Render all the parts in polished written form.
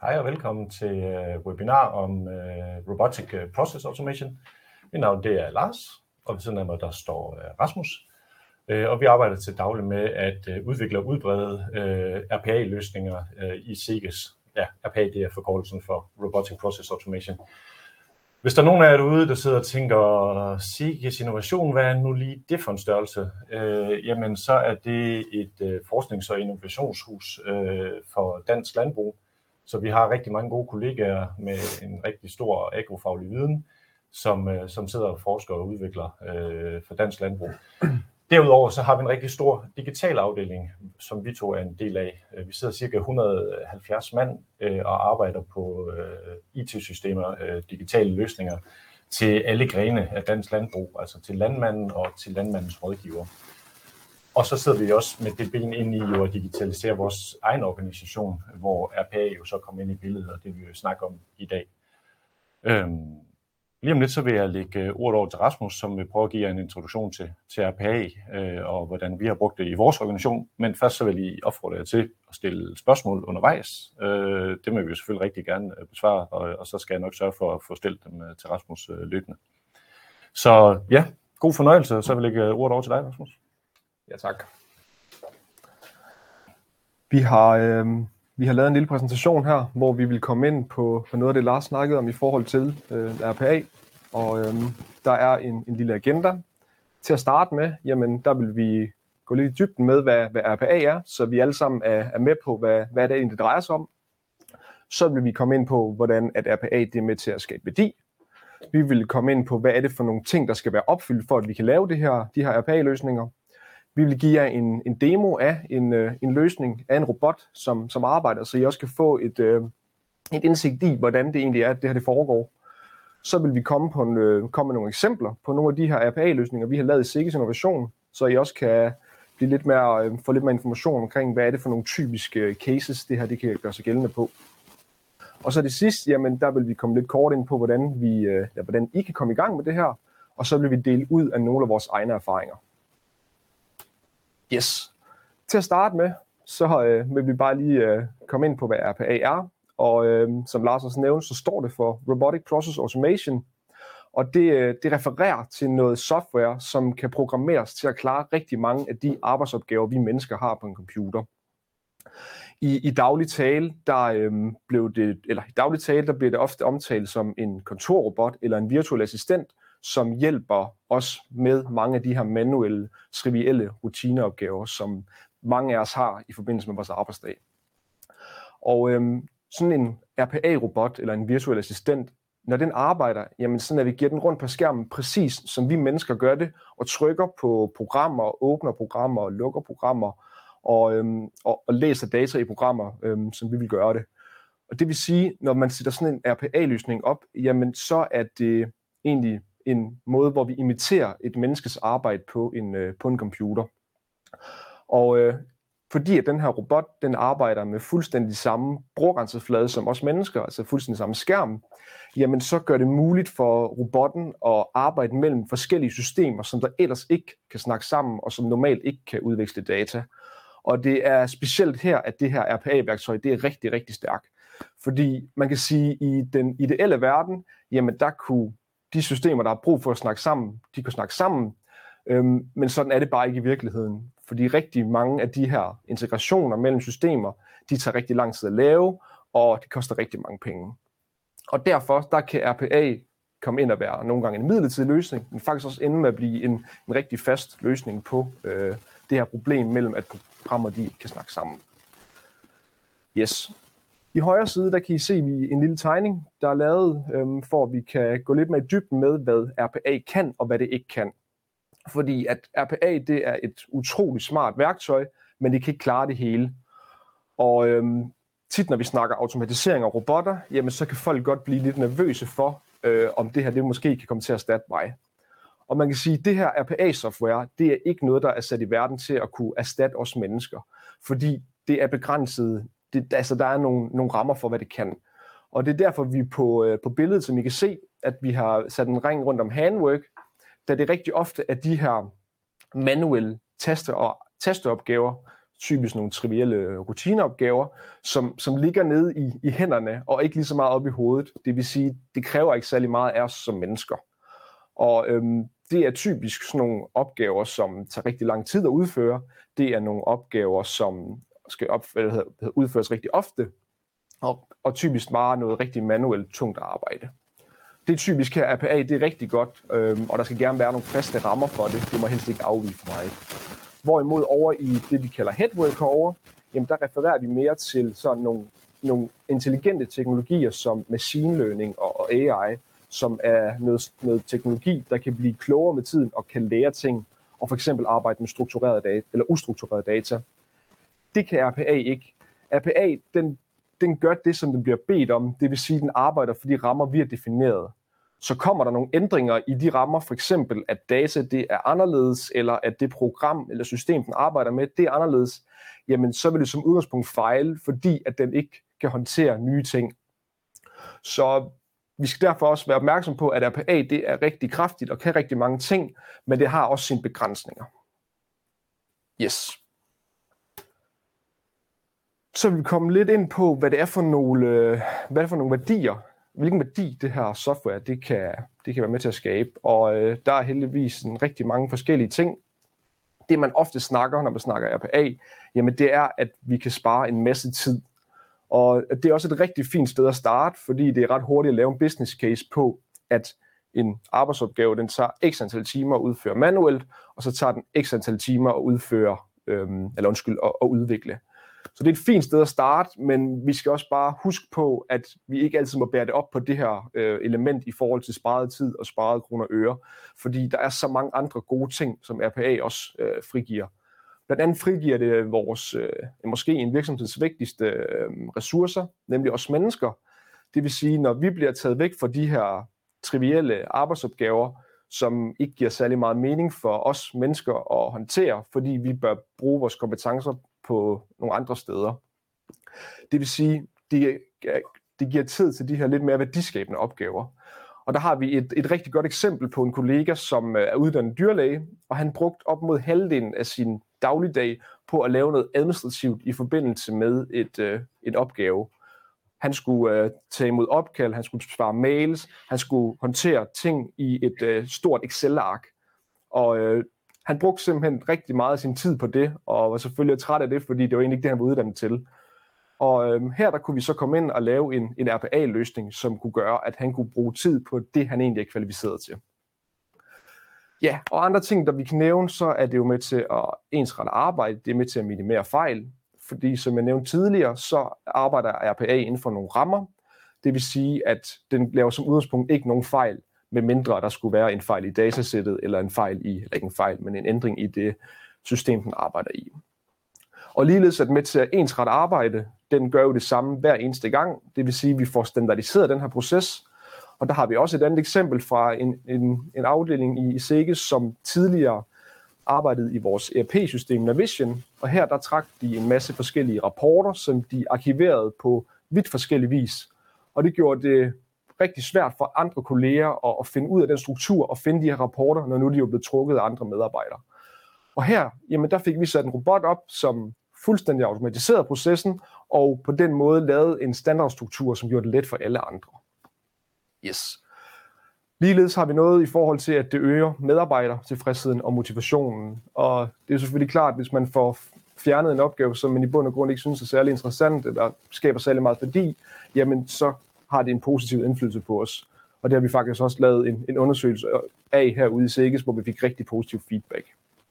Hej og velkommen til webinar om Robotic Process Automation. Mit navn det er Lars, og ved siden af mig der står Rasmus. Og vi arbejder til daglig med at udvikle og udbrede RPA-løsninger i SIGES. Ja, RPA det er forkortelsen for Robotic Process Automation. Hvis der er nogen af jer derude, der sidder og tænker, SIGES Innovation, hvad er nu lige det for en størrelse? Jamen så er det et forsknings- og innovationshus for dansk landbrug. Så vi har rigtig mange gode kollegaer med en rigtig stor agrofaglig viden, som sidder og forsker og udvikler for dansk landbrug. Derudover så har vi en rigtig stor digital afdeling, som vi to er en del af. Vi sidder cirka 170 mand og arbejder på IT-systemer, digitale løsninger til alle grene af dansk landbrug, altså til landmanden og til landmandens rådgiver. Og så sidder vi også med det ben ind i at digitalisere vores egen organisation, hvor RPA jo så kommer ind i billedet, og det vil vi jo snakke om i dag. Lige om lidt så vil jeg lægge ordet over til Rasmus, som vil prøve at give jer en introduktion til RPA og hvordan vi har brugt det i vores organisation. Men først så vil jeg lige opfordre jer til at stille spørgsmål undervejs. Det vil vi selvfølgelig rigtig gerne besvare, og så skal jeg nok sørge for at få stillet dem til Rasmus løbende. Så ja, god fornøjelse, så vil jeg lægge ordet over til dig, Rasmus. Ja, tak. Vi har lavet en lille præsentation her, hvor vi vil komme ind på noget af det, Lars snakkede om i forhold til RPA. Og der er en lille agenda. Til at starte med, jamen der vil vi gå lidt i dybden med, hvad RPA er, så vi alle sammen er med på, hvad det egentlig drejer sig om. Så vil vi komme ind på, hvordan at RPA det er med til at skabe værdi. Vi vil komme ind på, hvad er det for nogle ting, der skal være opfyldt, for at vi kan lave de her RPA-løsninger. Vi vil give jer en demo af en løsning af en robot, som arbejder, så I også kan få et indsigt i, hvordan det egentlig er, at det her det foregår. Så vil vi komme med nogle eksempler på nogle af de her RPA-løsninger, vi har lavet i SIGES Innovation, så I også kan få lidt mere information omkring, hvad er det for nogle typiske cases, det her det kan gøre sig gældende på. Og så det sidste, jamen der vil vi komme lidt kort ind på, hvordan I kan komme i gang med det her, og så vil vi dele ud af nogle af vores egne erfaringer. Yes. Til at starte med, så vil vi bare lige komme ind på, hvad RPA er. Og som Lars også nævnte, så står det for Robotic Process Automation. Og det refererer til noget software, som kan programmeres til at klare rigtig mange af de arbejdsopgaver, vi mennesker har på en computer. I daglig tale, der bliver det ofte omtalt som en kontorrobot eller en virtuel assistent, som hjælper os med mange af de her manuelle, trivielle rutineopgaver, som mange af os har i forbindelse med vores arbejdsdag. Og sådan en RPA-robot eller en virtuel assistent, når den arbejder, jamen så navigerer den rundt på skærmen præcis som vi mennesker gør det, og trykker på programmer, åbner programmer og lukker programmer, og læser data i programmer, som vi vil gøre det. Og det vil sige, når man sætter sådan en RPA-løsning op, jamen så er det egentlig en måde, hvor vi imiterer et menneskes arbejde på en computer. Og fordi at den her robot, den arbejder med fuldstændig samme brugergrænseflade som os mennesker, altså fuldstændig samme skærm, jamen så gør det muligt for robotten at arbejde mellem forskellige systemer, som der ellers ikke kan snakke sammen, og som normalt ikke kan udveksle data. Og det er specielt her, at det her RPA-værktøj, det er rigtig, rigtig stærkt. Fordi man kan sige, i den ideelle verden, jamen der kunne de systemer, der har brug for at snakke sammen, de kan snakke sammen, men sådan er det bare ikke i virkeligheden. Fordi rigtig mange af de her integrationer mellem systemer, de tager rigtig lang tid at lave, og det koster rigtig mange penge. Og derfor, der kan RPA komme ind og være nogle gange en midlertidig løsning, men faktisk også ende med at blive en rigtig fast løsning på det her problem mellem, at programmer de kan snakke sammen. Yes. I højre side, der kan I se en lille tegning, der er lavet, for at vi kan gå lidt mere i dybden med, hvad RPA kan og hvad det ikke kan. Fordi at RPA, det er et utroligt smart værktøj, men det kan ikke klare det hele. Og tit når vi snakker automatisering af robotter, jamen så kan folk godt blive lidt nervøse for, om det her det måske kan komme til at erstatte mig. Og man kan sige, at det her RPA-software, det er ikke noget, der er sat i verden til at kunne erstatte os mennesker. Fordi det er begrænset. Der er nogle rammer for, hvad det kan. Og det er derfor, vi på billedet, som I kan se, at vi har sat en ring rundt om handwork, da det rigtig ofte er de her manuelle tasteopgaver, typisk nogle trivielle rutineopgaver, som ligger nede i hænderne og ikke lige så meget op i hovedet. Det vil sige, det kræver ikke særlig meget af os som mennesker. Og det er typisk sådan nogle opgaver, som tager rigtig lang tid at udføre. Det er nogle opgaver, som skal udføres rigtig ofte, og typisk bare noget rigtig manuelt tungt arbejde. Det er typisk her, RPA, det er rigtig godt, og der skal gerne være nogle faste rammer for det. Det må helst ikke afvige for mig. Hvorimod over i det, vi kalder headwork herovre, jamen der refererer vi mere til sådan nogle intelligente teknologier som machine learning og AI, som er noget teknologi, der kan blive klogere med tiden og kan lære ting, og for eksempel arbejde med struktureret data eller ustruktureret data. Det kan RPA ikke. RPA, den gør det, som den bliver bedt om, det vil sige, at den arbejder for de rammer, vi har defineret. Så kommer der nogle ændringer i de rammer, for eksempel at data det er anderledes, eller at det program eller system, den arbejder med, det er anderledes, jamen så vil det som udgangspunkt fejle, fordi at den ikke kan håndtere nye ting. Så vi skal derfor også være opmærksom på, at RPA det er rigtig kraftigt og kan rigtig mange ting, men det har også sine begrænsninger. Yes. Så vil vi komme lidt ind på, hvad det er for nogle værdier, hvilken værdi det her software det kan være med til at skabe. Og der er heldigvis rigtig mange forskellige ting. Det man ofte snakker, når man snakker RPA, jamen det er, at vi kan spare en masse tid. Og det er også et rigtig fint sted at starte, fordi det er ret hurtigt at lave en business case på, at en arbejdsopgave, den tager x antal timer at udføre manuelt, og så tager den x antal timer at udføre, at udvikle. Så det er et fint sted at starte, men vi skal også bare huske på, at vi ikke altid må bære det op på det her element i forhold til sparet tid og sparet kroner og øre, fordi der er så mange andre gode ting, som RPA også frigiver. Blandt andet frigiver det vores, måske en virksomheds vigtigste ressourcer, nemlig os mennesker. Det vil sige, når vi bliver taget væk fra de her trivielle arbejdsopgaver, som ikke giver særlig meget mening for os mennesker at håndtere, fordi vi bør bruge vores kompetencer på nogle andre steder. Det vil sige, det giver tid til de her lidt mere værdiskabende opgaver. Og der har vi et rigtig godt eksempel på en kollega, som er uddannet dyrlæge, og han brugte op mod halvdelen af sin dagligdag på at lave noget administrativt i forbindelse med et opgave. Han skulle tage imod opkald, han skulle svare mails, han skulle håndtere ting i et stort Excel-ark. Og han brugte simpelthen rigtig meget af sin tid på det, og var selvfølgelig træt af det, fordi det var egentlig ikke det, han var uddannet til. Og her der kunne vi så komme ind og lave en RPA-løsning, som kunne gøre, at han kunne bruge tid på det, han egentlig er kvalificeret til. Ja, og andre ting, der vi kan nævne, så er det jo med til at ensrette arbejde, det er med til at minimere fejl, fordi som jeg nævnte tidligere, så arbejder RPA inden for nogle rammer. Det vil sige, at den laver som udgangspunkt ikke nogen fejl, med mindre der skulle være en fejl i datasættet, eller en ændring i det system, den arbejder i. Og ligeledes er det med til at ensrette arbejde, den gør jo det samme hver eneste gang. Det vil sige, at vi får standardiseret den her proces. Og der har vi også et andet eksempel fra en afdeling i SEGES, som tidligere arbejdede i vores ERP-system Navision. Og her der trak de en masse forskellige rapporter, som de arkiverede på vidt forskellig vis. Og det gjorde det rigtig svært for andre kolleger at finde ud af den struktur og finde de her rapporter, når nu de er blevet trukket af andre medarbejdere. Og her, jamen der fik vi sat en robot op, som fuldstændig automatiserede processen, og på den måde lavede en standardstruktur, som gjorde det let for alle andre. Yes. Ligeledes har vi noget i forhold til, at det øger medarbejdertilfredsheden og motivationen. Og det er selvfølgelig klart, at hvis man får fjernet en opgave, som man i bund og grund ikke synes er særlig interessant, eller skaber særlig meget værdi, jamen så har det en positiv indflydelse på os. Og det har vi faktisk også lavet en undersøgelse af herude i SEGES, hvor vi fik rigtig positiv feedback.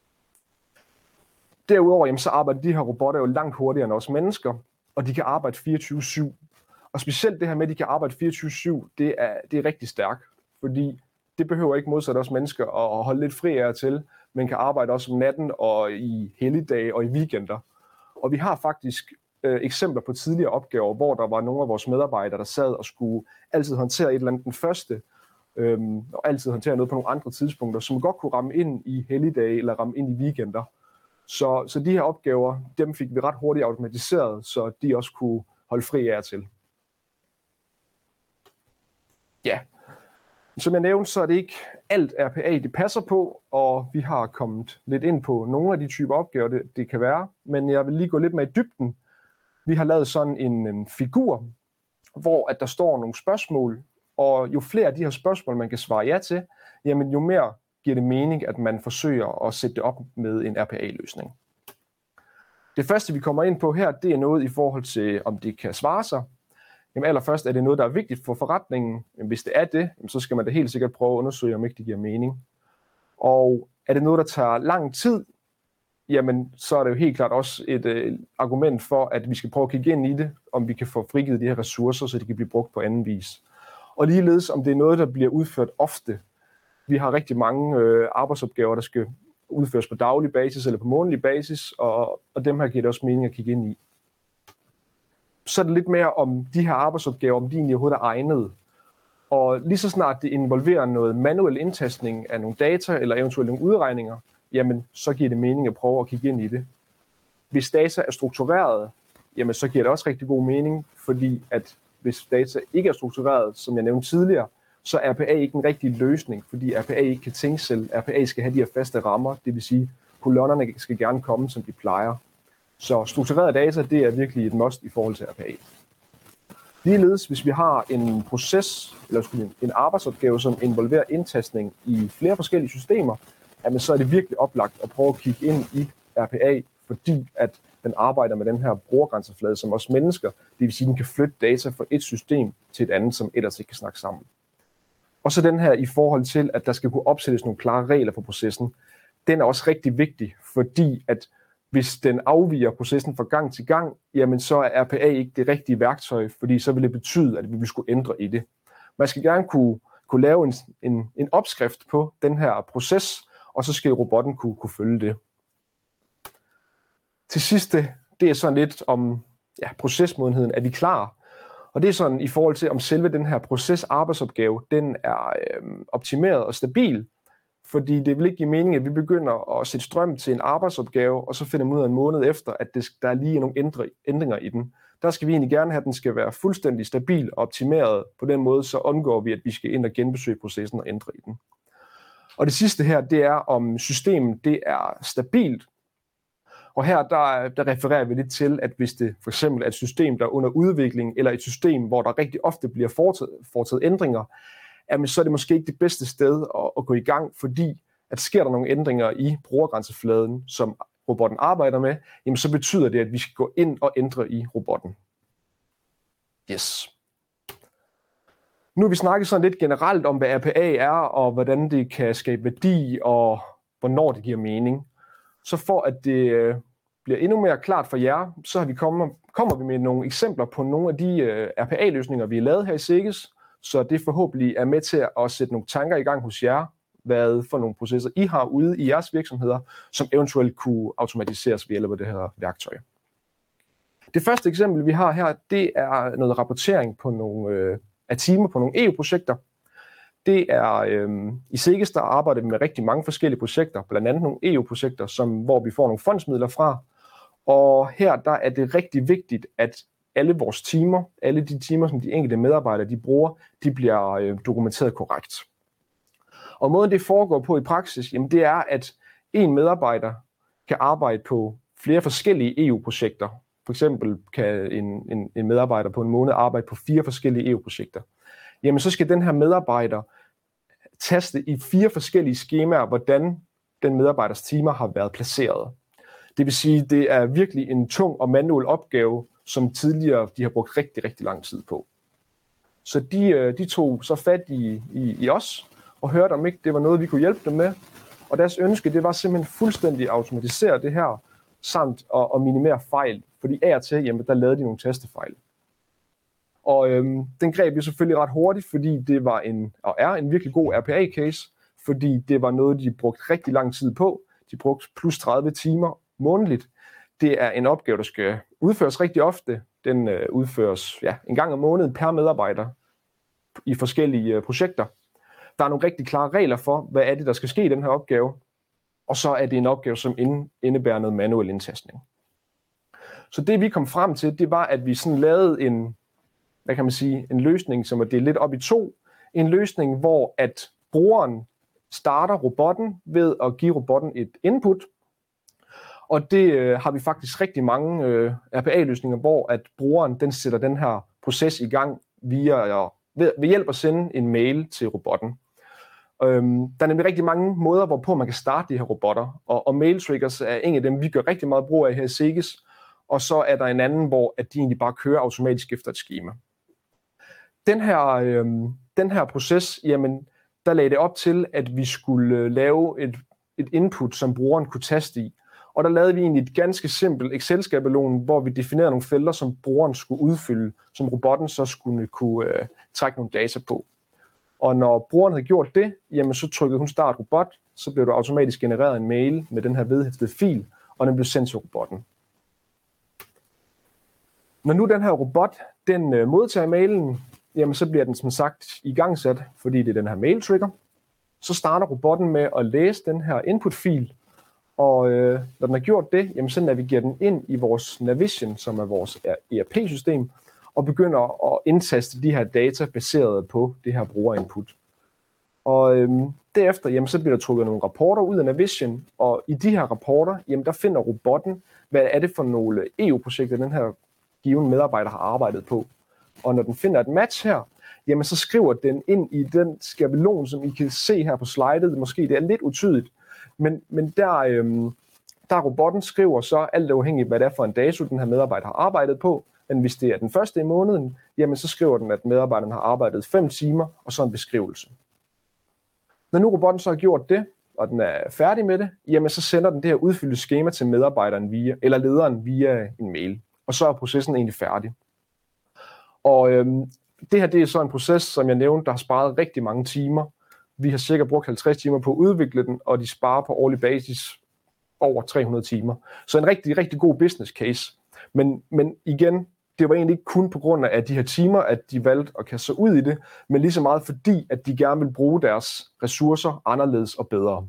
Derudover jamen, så arbejder de her robotter jo langt hurtigere end os mennesker, og de kan arbejde 24/7. Og specielt det her med, at de kan arbejde 24/7, det er rigtig stærkt, fordi det behøver ikke modsat os mennesker at holde lidt fri af til, men kan arbejde også om natten og i helligdage og i weekender. Og vi har faktisk eksempler på tidligere opgaver, hvor der var nogle af vores medarbejdere, der sad og skulle altid håndtere et eller andet den første, og altid håndtere noget på nogle andre tidspunkter, som godt kunne ramme ind i helligdage eller ramme ind i weekender. Så de her opgaver, dem fik vi ret hurtigt automatiseret, så de også kunne holde fri af til. Ja, som jeg nævnte, så er det ikke alt RPA det passer på, og vi har kommet lidt ind på nogle af de typer opgaver, det kan være, men jeg vil lige gå lidt mere i dybden. Vi har lavet sådan en figur, hvor at der står nogle spørgsmål, og jo flere af de her spørgsmål, man kan svare ja til, jamen jo mere giver det mening, at man forsøger at sætte det op med en RPA-løsning. Det første, vi kommer ind på her, det er noget i forhold til, om det kan svare sig. Jamen allerførst er det noget, der er vigtigt for forretningen. Jamen, hvis det er det, så skal man da helt sikkert prøve at undersøge, om ikke det giver mening. Og er det noget, der tager lang tid, jamen så er det jo helt klart også et argument for, at vi skal prøve at kigge ind i det, om vi kan få frigivet de her ressourcer, så de kan blive brugt på anden vis. Og ligeledes, om det er noget, der bliver udført ofte. Vi har rigtig mange arbejdsopgaver, der skal udføres på daglig basis eller på månedlig basis, og dem her giver det også mening at kigge ind i. Så er det lidt mere om de her arbejdsopgaver, om de egentlig overhovedet er egnede. Og lige så snart det involverer noget manuel indtastning af nogle data eller eventuelt nogle udregninger, jamen så giver det mening at prøve at kigge ind i det. Hvis data er struktureret, jamen så giver det også rigtig god mening, fordi at hvis data ikke er struktureret, som jeg nævnte tidligere, så er RPA ikke en rigtig løsning, fordi RPA ikke kan tænke selv. RPA skal have de her faste rammer, det vil sige, kolonnerne skal gerne komme, som de plejer. Så struktureret data, det er virkelig et must i forhold til RPA. Ligeledes, hvis vi har en proces, eller en arbejdsopgave, som involverer indtastning i flere forskellige systemer, jamen, så er det virkelig oplagt at prøve at kigge ind i RPA, fordi at den arbejder med den her brugergrænseflade som os mennesker. Det vil sige, at den kan flytte data fra et system til et andet, som ellers ikke kan snakke sammen. Og så den her i forhold til, at der skal kunne opsættes nogle klare regler for processen, den er også rigtig vigtig, fordi at hvis den afviger processen fra gang til gang, jamen så er RPA ikke det rigtige værktøj, fordi så vil det betyde, at vi vil skulle ændre i det. Man skal gerne kunne lave en opskrift på den her proces, og så skal robotten kunne følge det. Til sidste, det er sådan lidt om procesmodenheden. Er vi klar? Og det er sådan i forhold til, om selve den her procesarbejdsopgave, den er optimeret og stabil, fordi det vil ikke give mening, at vi begynder at sætte strøm til en arbejdsopgave, og så finder man ud af en måned efter, at der lige er nogle ændringer i den. Der skal vi egentlig gerne have, at den skal være fuldstændig stabil og optimeret. På den måde så undgår vi, at vi skal ind og genbesøge processen og ændre i den. Og det sidste her, det er, om systemet det er stabilt. Og her der refererer vi lidt til, at hvis det for eksempel er et system, der er under udvikling, eller et system, hvor der rigtig ofte bliver foretaget ændringer, jamen, så er det måske ikke det bedste sted at gå i gang, fordi at sker der nogle ændringer i brugergrænsefladen, som robotten arbejder med, jamen, så betyder det, at vi skal gå ind og ændre i robotten. Yes. Nu har vi snakket sådan lidt generelt om, hvad RPA er, og hvordan det kan skabe værdi, og hvornår det giver mening. Så for at det bliver endnu mere klart for jer, så har kommer vi med nogle eksempler på nogle af de RPA-løsninger, vi har lavet her i SEGES, så det forhåbentlig er med til at sætte nogle tanker i gang hos jer, hvad for nogle processer I har ude i jeres virksomheder, som eventuelt kunne automatiseres ved hjælp af det her værktøj. Det første eksempel, vi har her, det er noget rapportering på nogle af timer på nogle EU-projekter. Det er i SEGES, der arbejder med rigtig mange forskellige projekter, blandt andet nogle EU-projekter, hvor vi får nogle fondsmidler fra. Og her der er det rigtig vigtigt, at alle vores timer, alle de timer, som de enkelte medarbejdere de bruger, de bliver dokumenteret korrekt. Og måden det foregår på i praksis, jamen det er, at en medarbejder kan arbejde på flere forskellige EU-projekter. For eksempel kan en medarbejder på en måned arbejde på 4 forskellige EU-projekter. Jamen så skal den her medarbejder taste i 4 forskellige skemaer, hvordan den medarbejders timer har været placeret. Det vil sige, at det er virkelig en tung og manuel opgave, som tidligere de har brugt rigtig, rigtig lang tid på. Så de tog så fat i os og hørte, om ikke det var noget, vi kunne hjælpe dem med. Og deres ønske, det var simpelthen fuldstændig at automatisere det her, samt at minimere fejl. Fordi af og til, jamen, der lavede de nogle tastefejl. Og den greb jo selvfølgelig ret hurtigt, fordi det var og er en virkelig god RPA-case, fordi det var noget, de brugte rigtig lang tid på. De brugte plus 30 timer månedligt. Det er en opgave, der skal udføres rigtig ofte. Den udføres en gang om måneden per medarbejder i forskellige projekter. Der er nogle rigtig klare regler for, hvad er det, der skal ske i den her opgave. Og så er det en opgave, som indebærer noget manuel indtastning. Så det vi kom frem til, det var, at vi sådan lavede en løsning, som er delt lidt op i 2. En løsning, hvor at brugeren starter robotten ved at give robotten et input, og det har vi faktisk rigtig mange RPA-løsninger, hvor at brugeren den sætter den her proces i gang ved hjælp at sende en mail til robotten. Der er nemlig rigtig mange måder, hvorpå man kan starte de her robotter, og mail triggers er en af dem, vi gør rigtig meget brug af her i Seges, og så er der en anden, hvor at de egentlig bare kører automatisk efter et skema. Den her proces, jamen, der lagde det op til, at vi skulle lave et input, som brugeren kunne taste i. Og der lavede vi egentlig et ganske simpelt Excel-skabelon, hvor vi definerede nogle felter, som brugeren skulle udfylde, som robotten så skulle kunne trække nogle data på. Og når brugeren havde gjort det, jamen så trykkede hun start robot, så blev der automatisk genereret en mail med den her vedhæftede fil, og den blev sendt til robotten. Når nu den her robot, den modtager mailen, jamen så bliver den som sagt igangsat, fordi det er den her mail trigger. Så starter robotten med at læse den her input-fil, og når den har gjort det, jamen så navigerer den ind i vores Navision, som er vores ERP-system, og begynder at indtaste de her data baseret på det her brugerinput. Og derefter, jamen, så bliver der trukket nogle rapporter ud af Navision, og i de her rapporter, jamen, der finder robotten, hvad er det for nogle EU-projekter, den her givende medarbejder har arbejdet på. Og når den finder et match her, jamen, så skriver den ind i den skabelon, som I kan se her på slidet. Måske det er lidt utydeligt, men der robotten skriver så alt afhængigt, hvad det er for en dato, den her medarbejder har arbejdet på. Men hvis det er den første i måneden, jamen så skriver den, at medarbejderen har arbejdet 5 timer, og så en beskrivelse. Når nu robotten så har gjort det, og den er færdig med det, jamen så sender den det her udfyldte skema til medarbejderen eller lederen via en mail. Og så er processen egentlig færdig. Og det her det er så en proces, som jeg nævnte, der har sparet rigtig mange timer. Vi har cirka brugt 50 timer på at udvikle den, og de sparer på årlig basis over 300 timer. Så en rigtig, rigtig god business case. Men igen, det var egentlig ikke kun på grund af de her timer, at de valgte at kaste sig ud i det, men lige så meget fordi, at de gerne vil bruge deres ressourcer anderledes og bedre.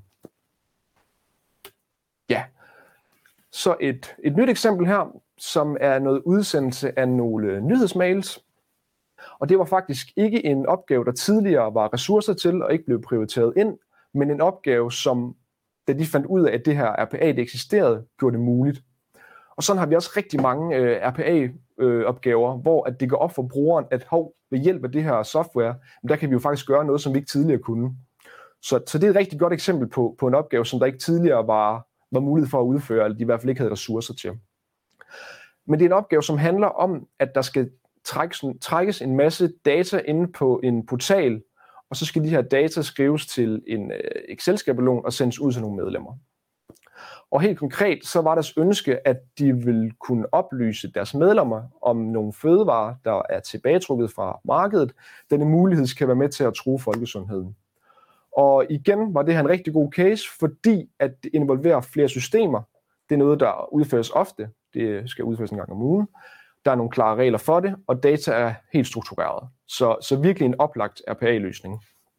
Ja, så et nyt eksempel her, som er noget udsendelse af nogle nyhedsmails. Og det var faktisk ikke en opgave, der tidligere var ressourcer til og ikke blev prioriteret ind, men en opgave, som da de fandt ud af, at det her RPA det eksisterede, gjorde det muligt. Og sådan har vi også rigtig mange RPA-opgaver, hvor at det går op for brugeren, at ved hjælp af det her software, der kan vi jo faktisk gøre noget, som vi ikke tidligere kunne. Så det er et rigtig godt eksempel på en opgave, som der ikke tidligere var mulighed for at udføre, eller de i hvert fald ikke havde ressourcer til. Men det er en opgave, som handler om, at der skal trækkes en masse data inde på en portal, og så skal de her data skrives til en Excel-skabelon og sendes ud til nogle medlemmer. Og helt konkret, så var deres ønske, at de ville kunne oplyse deres medlemmer om nogle fødevarer, der er tilbagetrukket fra markedet. Denne mulighed skal være med til at true folkesundheden. Og igen var det her en rigtig god case, fordi at det involverer flere systemer. Det er noget, der udføres ofte. Det skal udføres en gang om ugen. Der er nogle klare regler for det, og data er helt struktureret. Så virkelig en oplagt RPA-løsning.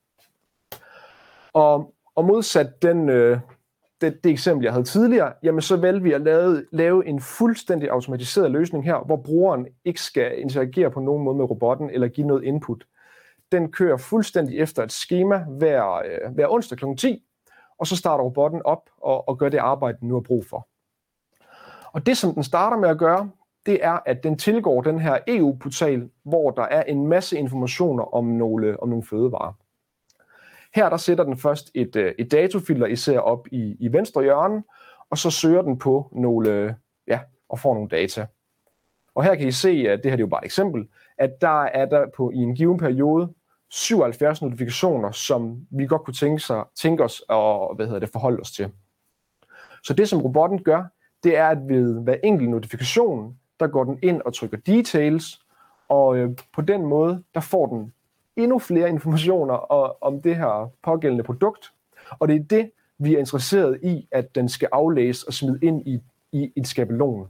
Og modsat det eksempel, jeg havde tidligere, jamen så valgte vi at lave en fuldstændig automatiseret løsning her, hvor brugeren ikke skal interagere på nogen måde med robotten eller give noget input. Den kører fuldstændig efter et skema hver onsdag kl. 10, og så starter robotten op og gør det arbejde, den nu har brug for. Og det, som den starter med at gøre, det er, at den tilgår den her EU-portal, hvor der er en masse informationer om nogle fødevarer. Her der sætter den først et datofilter især op i venstre hjørne, og så søger den på og får nogle data. Og her kan I se, at det her det er jo bare et eksempel, at der er der i en given periode 77 notifikationer, som vi godt kunne tænke os at forholde os til. Så det, som robotten gør, det er, at ved hver enkelt notifikation, der går den ind og trykker details, og på den måde, der får den endnu flere informationer om det her pågældende produkt. Og det er det, vi er interesseret i, at den skal aflæse og smide ind i et skabelon.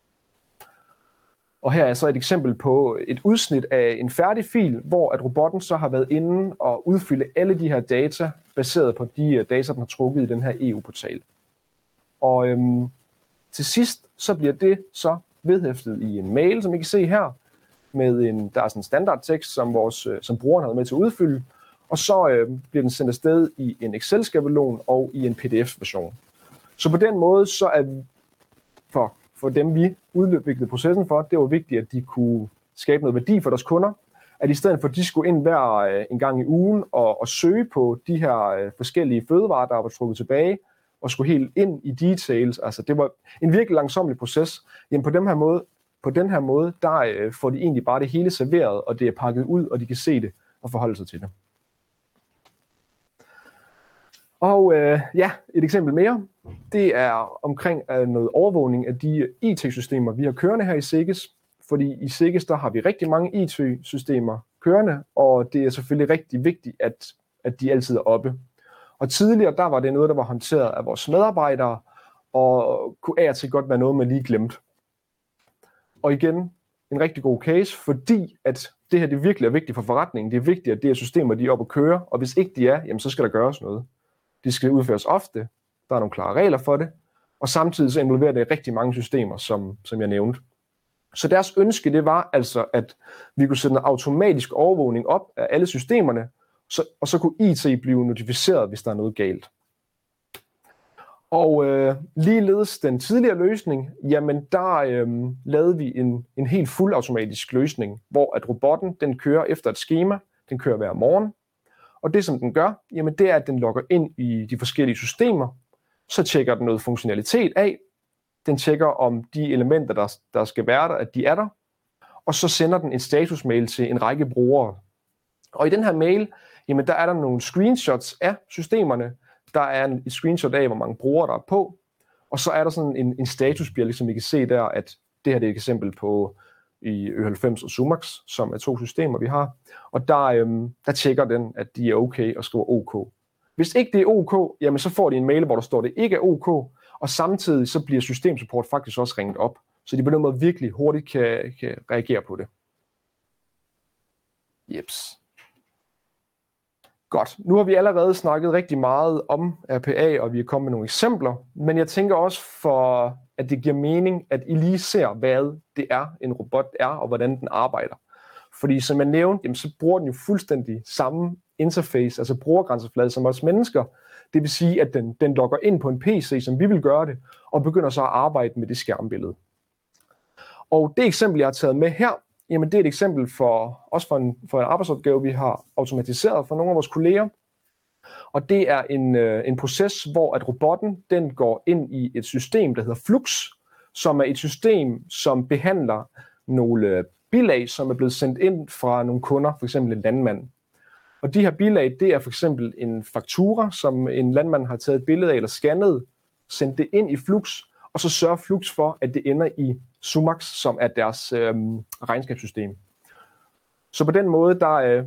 Og her er så et eksempel på et udsnit af en færdig fil, hvor at robotten så har været inde og udfylde alle de her data, baseret på de data, den har trukket i den her EU-portal. Og til sidst, så bliver det så vedhæftet i en mail, som I kan se her, med der er sådan en standardtekst, som brugeren har med til at udfylde, og så bliver den sendt afsted i en Excel-skabelon og i en PDF-version. Så på den måde, så er for dem, vi udviklede processen for, det var vigtigt, at de kunne skabe noget værdi for deres kunder, at i stedet for, at de skulle ind hver en gang i ugen og søge på de her forskellige fødevarer, der var trukket tilbage, og skulle helt ind i details. Altså, det var en virkelig langsomlig proces. Jamen, på den her måde, der får de egentlig bare det hele serveret, og det er pakket ud, og de kan se det og forholde sig til det. Og et eksempel mere, det er omkring noget overvågning af de IT-systemer, vi har kørende her i SIGGES. Fordi i SIGGES, der har vi rigtig mange IT-systemer kørende, og det er selvfølgelig rigtig vigtigt, at de altid er oppe. Og tidligere, der var det noget, der var håndteret af vores medarbejdere, og kunne af og til godt være noget, man lige glemte. Og igen, en rigtig god case, fordi at det her det virkelig er vigtigt for forretningen. Det er vigtigt, at de her systemer de er oppe at køre, og hvis ikke de er, jamen, så skal der gøres noget. Det skal udføres ofte, der er nogle klare regler for det, og samtidig så involverer det rigtig mange systemer, som jeg nævnte. Så deres ønske, det var altså, at vi kunne sætte en automatisk overvågning op af alle systemerne, og så kunne IT blive notificeret, hvis der er noget galt. Og ligeledes den tidligere løsning, jamen der lavede vi en helt fuldautomatisk løsning, hvor at robotten den kører efter et skema, den kører hver morgen, og det som den gør, jamen det er, at den logger ind i de forskellige systemer, så tjekker den noget funktionalitet af, den tjekker om de elementer, der skal være der, at de er der, og så sender den en statusmail til en række brugere. Og i den her mail, jamen der er der nogle screenshots af systemerne, der er et screenshot af, hvor mange brugere der er på, og så er der sådan en statusbjælke, som I kan se der, at det her det er et eksempel på i Ø90 og Sumax, som er 2 systemer, vi har, og der tjekker den, at de er okay og skriver OK. Hvis ikke det er OK, jamen så får de en mail, hvor der står, at det ikke er OK, og samtidig så bliver systemsupport faktisk også ringet op, så de på den måde virkelig hurtigt kan reagere på det. Jeps. Godt. Nu har vi allerede snakket rigtig meget om RPA, og vi er kommet med nogle eksempler, men jeg tænker også for, at det giver mening, at I lige ser, hvad det er, en robot er, og hvordan den arbejder. Fordi som jeg nævnte, jamen, så bruger den jo fuldstændig samme interface, altså brugergrænseflade som os mennesker. Det vil sige, at den logger ind på en PC, som vi vil gøre det, og begynder så at arbejde med det skærmbillede. Og det eksempel, jeg har taget med her, jamen det er et eksempel for en arbejdsopgave, vi har automatiseret for nogle af vores kolleger. Og det er en proces, hvor at robotten den går ind i et system, der hedder Flux, som er et system, som behandler nogle bilag, som er blevet sendt ind fra nogle kunder, f.eks. en landmand. Og de her bilag, det er for eksempel en faktura, som en landmand har taget et billede af eller scannet, sendt det ind i Flux, og så sørger Flux for, at det ender i Sumax, som er deres regnskabssystem. Så på den måde, der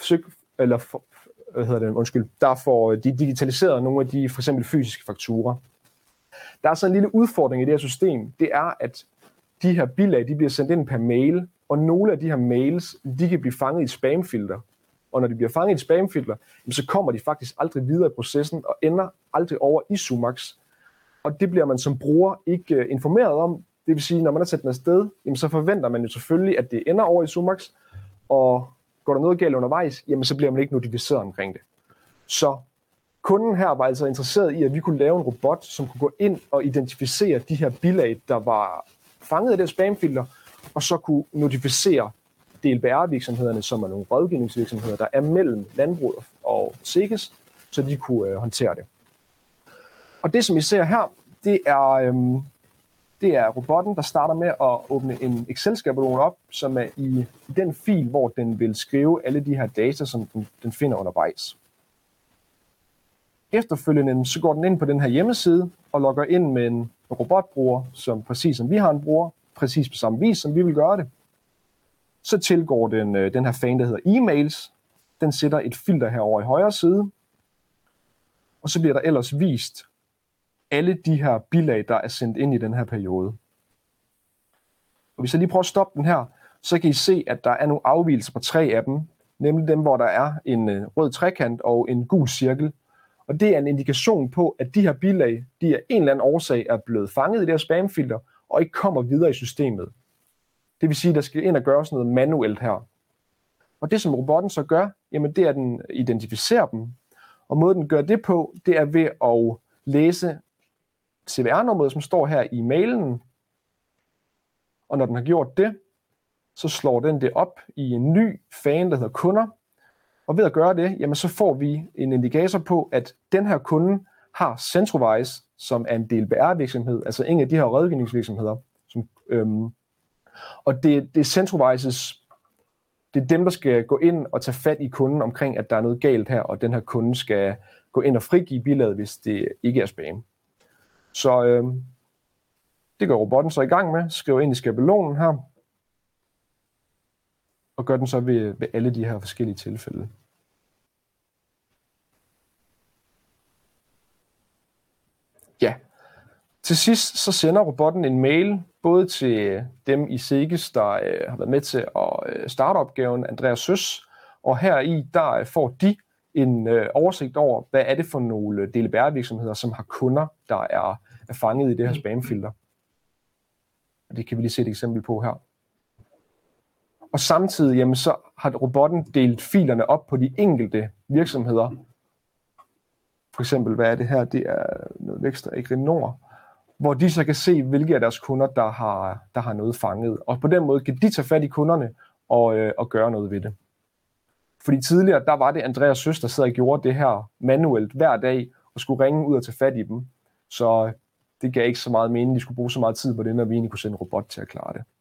får de digitaliseret nogle af de for eksempel fysiske fakturer. Der er så en lille udfordring i det her system, det er, at de her bilag, de bliver sendt ind per mail, og nogle af de her mails, de kan blive fanget i et spamfilter. Og når de bliver fanget i et spamfilter, så kommer de faktisk aldrig videre i processen og ender aldrig over i Sumax. Og det bliver man som bruger ikke informeret om. Det vil sige, når man har sat den afsted, så forventer man jo selvfølgelig, at det ender over i Sumax, og går der noget galt undervejs, jamen så bliver man ikke notificeret omkring det. Så kunden her var altså interesseret i, at vi kunne lave en robot, som kunne gå ind og identificere de her bilag, der var fanget af det spamfilter, og så kunne notificere DLBR-virksomhederne, som er nogle rådgivningsvirksomheder, der er mellem landbruget og SIGGES, så de kunne håndtere det. Og det, som I ser her, det er robotten, der starter med at åbne en Excel-skabelon op, som er i den fil, hvor den vil skrive alle de her data, som den finder undervejs. Efterfølgende så går den ind på den her hjemmeside og logger ind med en robotbruger, præcis som vi har en bruger, præcis på samme vis, som vi vil gøre det. Så tilgår den her fan, der hedder e-mails. Den sætter et filter herover i højre side. Og så bliver der ellers vist alle de her bilag, der er sendt ind i den her periode. Og hvis jeg lige prøver at stoppe den her, så kan I se, at der er nogle afvigelser på 3 af dem. Nemlig dem, hvor der er en rød trekant og en gul cirkel. Og det er en indikation på, at de her bilag, de af en eller anden årsag er blevet fanget i det her spamfilter, og ikke kommer videre i systemet. Det vil sige, at der skal ind og gøres noget manuelt her. Og det, som robotten så gør, jamen det er, at den identificerer dem. Og måden, den gør det på, det er ved at læse CVR-nummeret, som står her i mailen. Og når den har gjort det, så slår den det op i en ny fan, der hedder kunder. Og ved at gøre det, jamen så får vi en indikator på, at den her kunde har Centrovise, som er en DLBR-virksomhed, altså en af de her rådgivningsvirksomheder. Og det er Centrovises, det er dem, der skal gå ind og tage fat i kunden omkring, at der er noget galt her, og den her kunde skal gå ind og frigive bilaget, hvis det ikke er spam. Så det går robotten så i gang med, skriver ind i skabelonen her, og gør den så ved alle de her forskellige tilfælde. Ja, til sidst så sender robotten en mail, både til dem i SEGES, der har været med til at starte opgaven, Andreas Søs, og heri der får de en oversigt over, hvad er det for nogle DLBR-virksomheder, som har kunder, der er fanget i det her spamfilter. Og det kan vi lige se et eksempel på her. Og samtidig jamen, så har robotten delt filerne op på de enkelte virksomheder. For eksempel, hvad er det her? Det er noget Vækster Equinor, hvor de så kan se, hvilke af deres kunder, der har noget fanget. Og på den måde kan de tage fat i kunderne og gøre noget ved det. Fordi tidligere, der var det Andreas Søs, der sad og gjorde det her manuelt hver dag, og skulle ringe ud og tage fat i dem. Så det gav ikke så meget mening, de skulle bruge så meget tid på det, når vi egentlig kunne sende en robot til at klare det.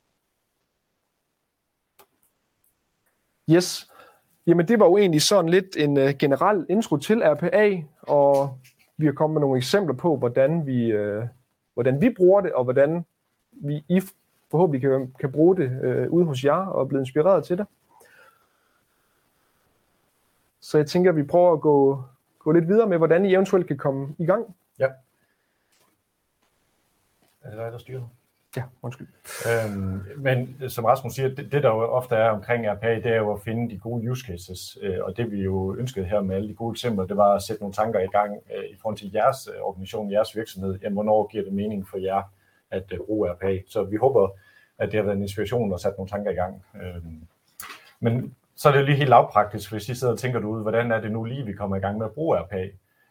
Yes. Jamen det var jo egentlig sådan lidt en generel intro til RPA, og vi har kommet med nogle eksempler på, hvordan vi bruger det, og hvordan I forhåbentlig kan bruge det ude hos jer, og blive inspireret til det. Så jeg tænker, at vi prøver at gå lidt videre med, hvordan I eventuelt kan komme i gang. Ja. Er det dig, der styrer? Ja, undskyld. Men som Rasmus siger, det der jo ofte er omkring RPA, det er jo at finde de gode use cases. Og det vi jo ønskede her med alle de gode eksempler, det var at sætte nogle tanker i gang i forhold til jeres organisation, jeres virksomhed. Jamen, hvornår giver det mening for jer at bruge RPA? Så vi håber, at det har været en inspiration og sat nogle tanker i gang. Men så er det jo lige helt lavpraktisk, hvis I sidder og tænker derude, hvordan er det nu lige, vi kommer i gang med at bruge RPA?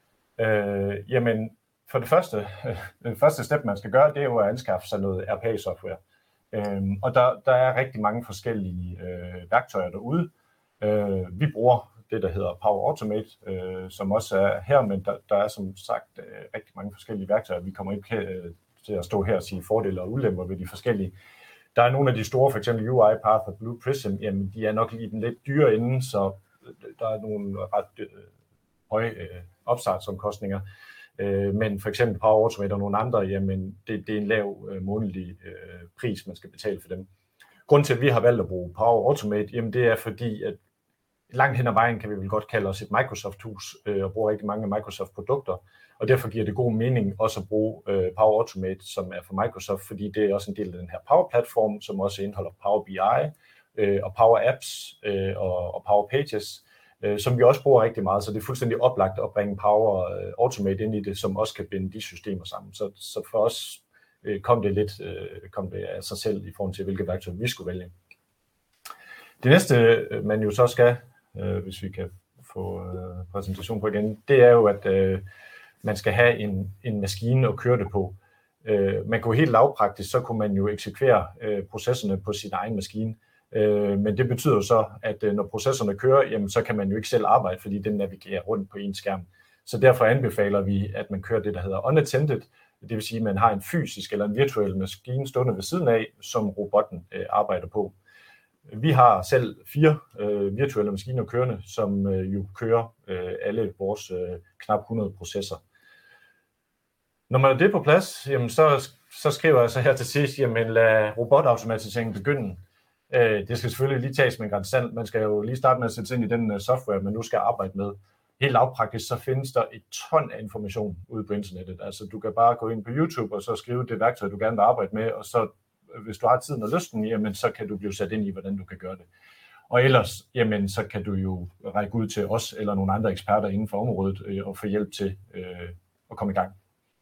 Jamen, for det første step, man skal gøre, det er jo at anskaffe sig noget RPA-software. Og der er rigtig mange forskellige værktøjer derude. Vi bruger det, der hedder Power Automate, som også er her, men der er som sagt rigtig mange forskellige værktøjer. Vi kommer ikke til at stå her og sige fordele og ulemper ved de forskellige. Der er nogle af de store, f.eks. UiPath og Blue Prism, jamen de er nok lige den lidt dyre inde, så der er nogle ret høje opstartsomkostninger. Men for eksempel Power Automate og nogle andre, jamen det er en lav månedlig pris, man skal betale for dem. Grunden til, at vi har valgt at bruge Power Automate, jamen det er fordi, at langt hen ad vejen kan vi vel godt kalde os et Microsoft-hus og bruge rigtig mange Microsoft-produkter. Og derfor giver det god mening også at bruge Power Automate, som er for Microsoft, fordi det er også en del af den her Power-platform, som også indeholder Power BI og Power Apps og Power Pages, som vi også bruger rigtig meget, så det er fuldstændig oplagt at bringe Power Automate ind i det, som også kan binde de systemer sammen. Så for os kom det af sig selv i forhold til, hvilke værktøjer vi skulle vælge. Det næste, man jo så skal, hvis vi kan få præsentation på igen, det er jo, at man skal have en maskine at køre det på. Man kunne helt lavpraktisk, så kunne man jo eksekvere processerne på sin egen maskine. Men det betyder jo så, at når processorerne kører, jamen, så kan man jo ikke selv arbejde, fordi den navigerer rundt på en skærm. Så derfor anbefaler vi, at man kører det, der hedder unattended. Det vil sige, at man har en fysisk eller en virtuel maskine stående ved siden af, som robotten arbejder på. Vi har selv 4 virtuelle maskiner kørende, som jo kører alle vores knap 100 processer. Når man er det på plads, jamen, så skriver jeg så her til sidst, jamen lad robotautomatiseringen begynde. Det skal selvfølgelig lige tages med en gran salt. Man skal jo lige starte med at sætte sig ind i den software, man nu skal arbejde med. Helt lavpraktisk, så findes der et ton af information ude på internettet. Altså du kan bare gå ind på YouTube og så skrive det værktøj, du gerne vil arbejde med, og så hvis du har tiden og lysten, jamen så kan du blive sat ind i, hvordan du kan gøre det. Og ellers, jamen så kan du jo række ud til os eller nogle andre eksperter inden for området og få hjælp til at komme i gang.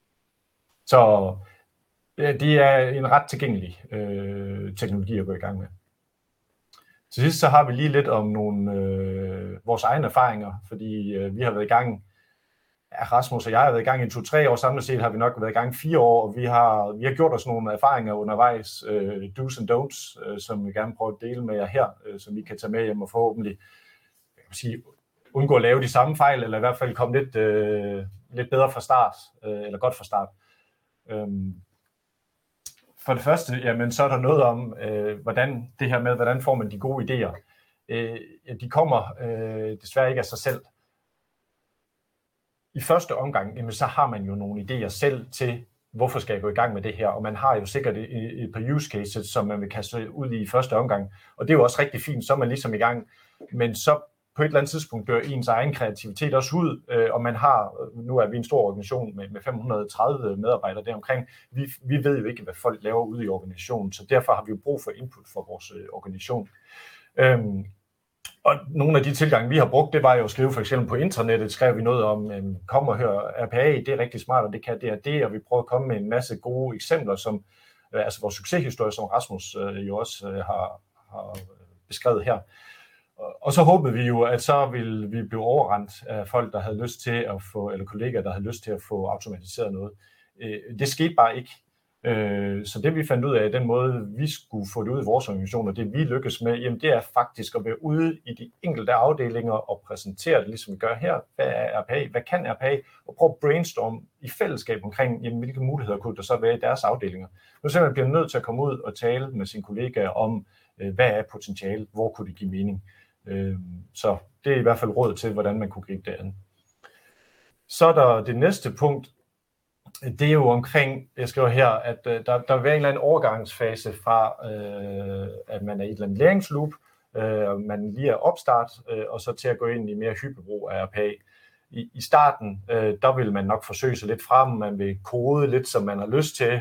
Så det er en ret tilgængelig teknologi at gå i gang med. Til sidst så har vi lige lidt om nogle vores egne erfaringer, fordi vi har været i gang, Rasmus og jeg har været i gang i 2-3 år, samlet set har vi nok været i gang 4 år, og vi har gjort os nogle erfaringer undervejs, do's and don'ts, som vi gerne prøver at dele med jer her, som I kan tage med hjem og forhåbentlig undgå at lave de samme fejl, eller i hvert fald komme lidt bedre fra start, eller godt fra start. For det første, jamen, så er der noget om, hvordan får man de gode idéer. De kommer desværre ikke af sig selv. I første omgang, jamen, så har man jo nogle idéer selv til, hvorfor skal jeg gå i gang med det her, og man har jo sikkert et par use cases, som man vil kaste ud i første omgang, og det er jo også rigtig fint, så er man ligesom i gang, men så på et eller andet tidspunkt dør ens egen kreativitet også ud, og man har, nu er vi en stor organisation med 530 medarbejdere deromkring, vi ved jo ikke, hvad folk laver ude i organisationen, så derfor har vi jo brug for input for vores organisation. Og nogle af de tilgange, vi har brugt, det var jo at skrive for eksempel på internettet, skrev vi noget om, kom og hør RPA, det er rigtig smart, og det kan det, og vi prøver at komme med en masse gode eksempler, som altså vores succeshistorie, som Rasmus jo også har beskrevet her. Og så håbede vi jo, at så ville vi blive overrendt af folk, der havde lyst til at få, eller kollegaer, der havde lyst til at få automatiseret noget. Det skete bare ikke. Så det vi fandt ud af, den måde vi skulle få det ud i vores organisation, og det vi lykkes med, jamen det er faktisk at være ude i de enkelte afdelinger og præsentere det, ligesom vi gør her. Hvad er RPA? Hvad kan RPA? Og prøve at brainstorme i fællesskab omkring, jamen, hvilke muligheder kunne der så være i deres afdelinger. Nu simpelthen bliver nødt til at komme ud og tale med sine kollegaer om, hvad er potentiale, hvor kunne det give mening. Så det er i hvert fald råd til, hvordan man kunne gribe det an. Så er der det næste punkt, det er jo omkring, jeg skriver her, at der vil være en eller anden overgangsfase fra, at man er i et eller andet læringsloop, man lige er opstart, og så til at gå ind i mere hyperbrug af RPA. I starten, der vil man nok forsøge sig lidt frem, man vil kode lidt, som man har lyst til,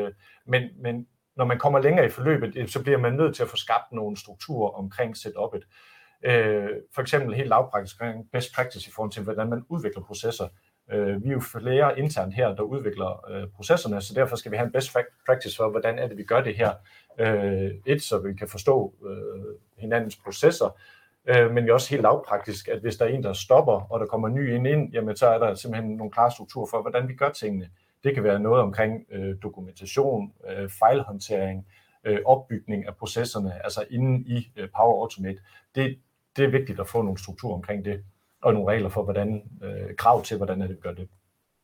men når man kommer længere i forløbet, så bliver man nødt til at få skabt nogle strukturer omkring setup'et. For eksempel helt lavpraktisk best practice i forhold til, hvordan man udvikler processer. Vi er jo flere internt her, der udvikler processerne, så derfor skal vi have en best practice for, hvordan er det, vi gør det her. Så vi kan forstå hinandens processer, men vi er også helt lavpraktisk, at hvis der er en, der stopper, og der kommer ny ind, jamen så er der simpelthen nogle klare strukturer for, hvordan vi gør tingene. Det kan være noget omkring dokumentation, fejlhåndtering, opbygning af processerne, altså inden i Power Automate. Det er vigtigt at få nogle strukturer omkring det, og nogle regler for, krav til, hvordan er det, vi gør det.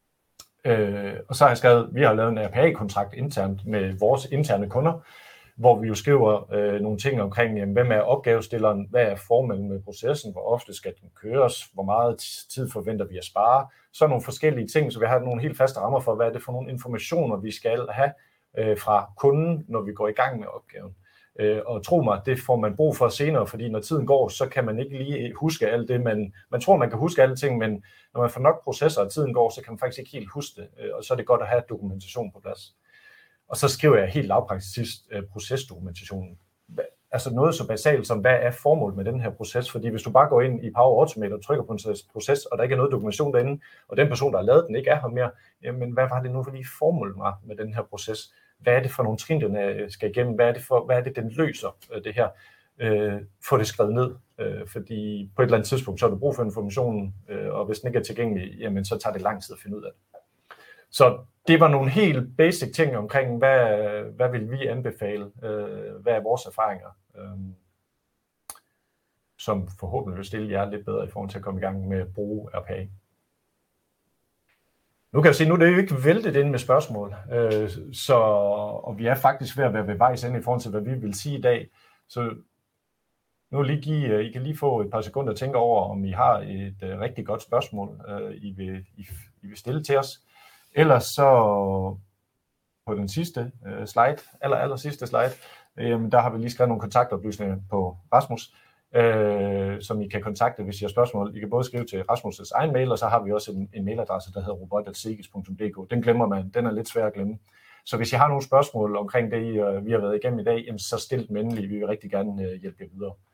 Og så har jeg skrevet, vi har lavet en RPA-kontrakt internt med vores interne kunder, hvor vi jo skriver nogle ting omkring, jamen, hvem er opgavestilleren, hvad er formålet med processen, hvor ofte skal den køres, hvor meget tid forventer vi at spare, så nogle forskellige ting, så vi har nogle helt faste rammer for, hvad er det for nogle informationer, vi skal have fra kunden, når vi går i gang med opgaven. Og tro mig, det får man brug for senere, fordi når tiden går, så kan man ikke lige huske alt det, man tror, man kan huske alle ting, men når man får nok processer, og tiden går, så kan man faktisk ikke helt huske det, og så er det godt at have dokumentation på plads. Og så skriver jeg helt lavpraktisk procesdokumentationen. Altså noget så basalt som, hvad er formålet med den her proces? Fordi hvis du bare går ind i Power Automate og trykker på en proces, og der ikke er noget dokumentation derinde, og den person, der har lavet den, ikke er her mere, jamen hvad var det nu for lige formålet var med den her proces? Hvad er det for nogle trin, den skal igennem? Hvad er det, den løser det her? Få det skrevet ned, fordi på et eller andet tidspunkt, så har du brug for informationen, og hvis den ikke er tilgængelig, jamen så tager det lang tid at finde ud af det. Så det var nogle helt basic ting omkring, hvad vil vi anbefale, hvad er vores erfaringer, som forhåbentlig vil stille jer lidt bedre i forhold til at komme i gang med at bruge RPA. Nu kan jeg se, nu er det jo ikke væltet ind med spørgsmål, og vi er faktisk ved at være ved vejs ende i forhold til, hvad vi vil sige i dag. Så nu I kan lige få et par sekunder at tænke over, om I har et rigtig godt spørgsmål, I vil stille til os. Ellers så på den sidste slide, aller sidste slide, der har vi lige skrevet nogle kontaktoplysninger på Rasmus, som I kan kontakte, hvis I har spørgsmål. I kan både skrive til Rasmus' egen mail, og så har vi også en mailadresse, der hedder robot@segis.dk. Den glemmer man, den er lidt svær at glemme. Så hvis I har nogle spørgsmål omkring det, vi har været igennem i dag, så stil dem endelig. Vi vil rigtig gerne hjælpe jer videre.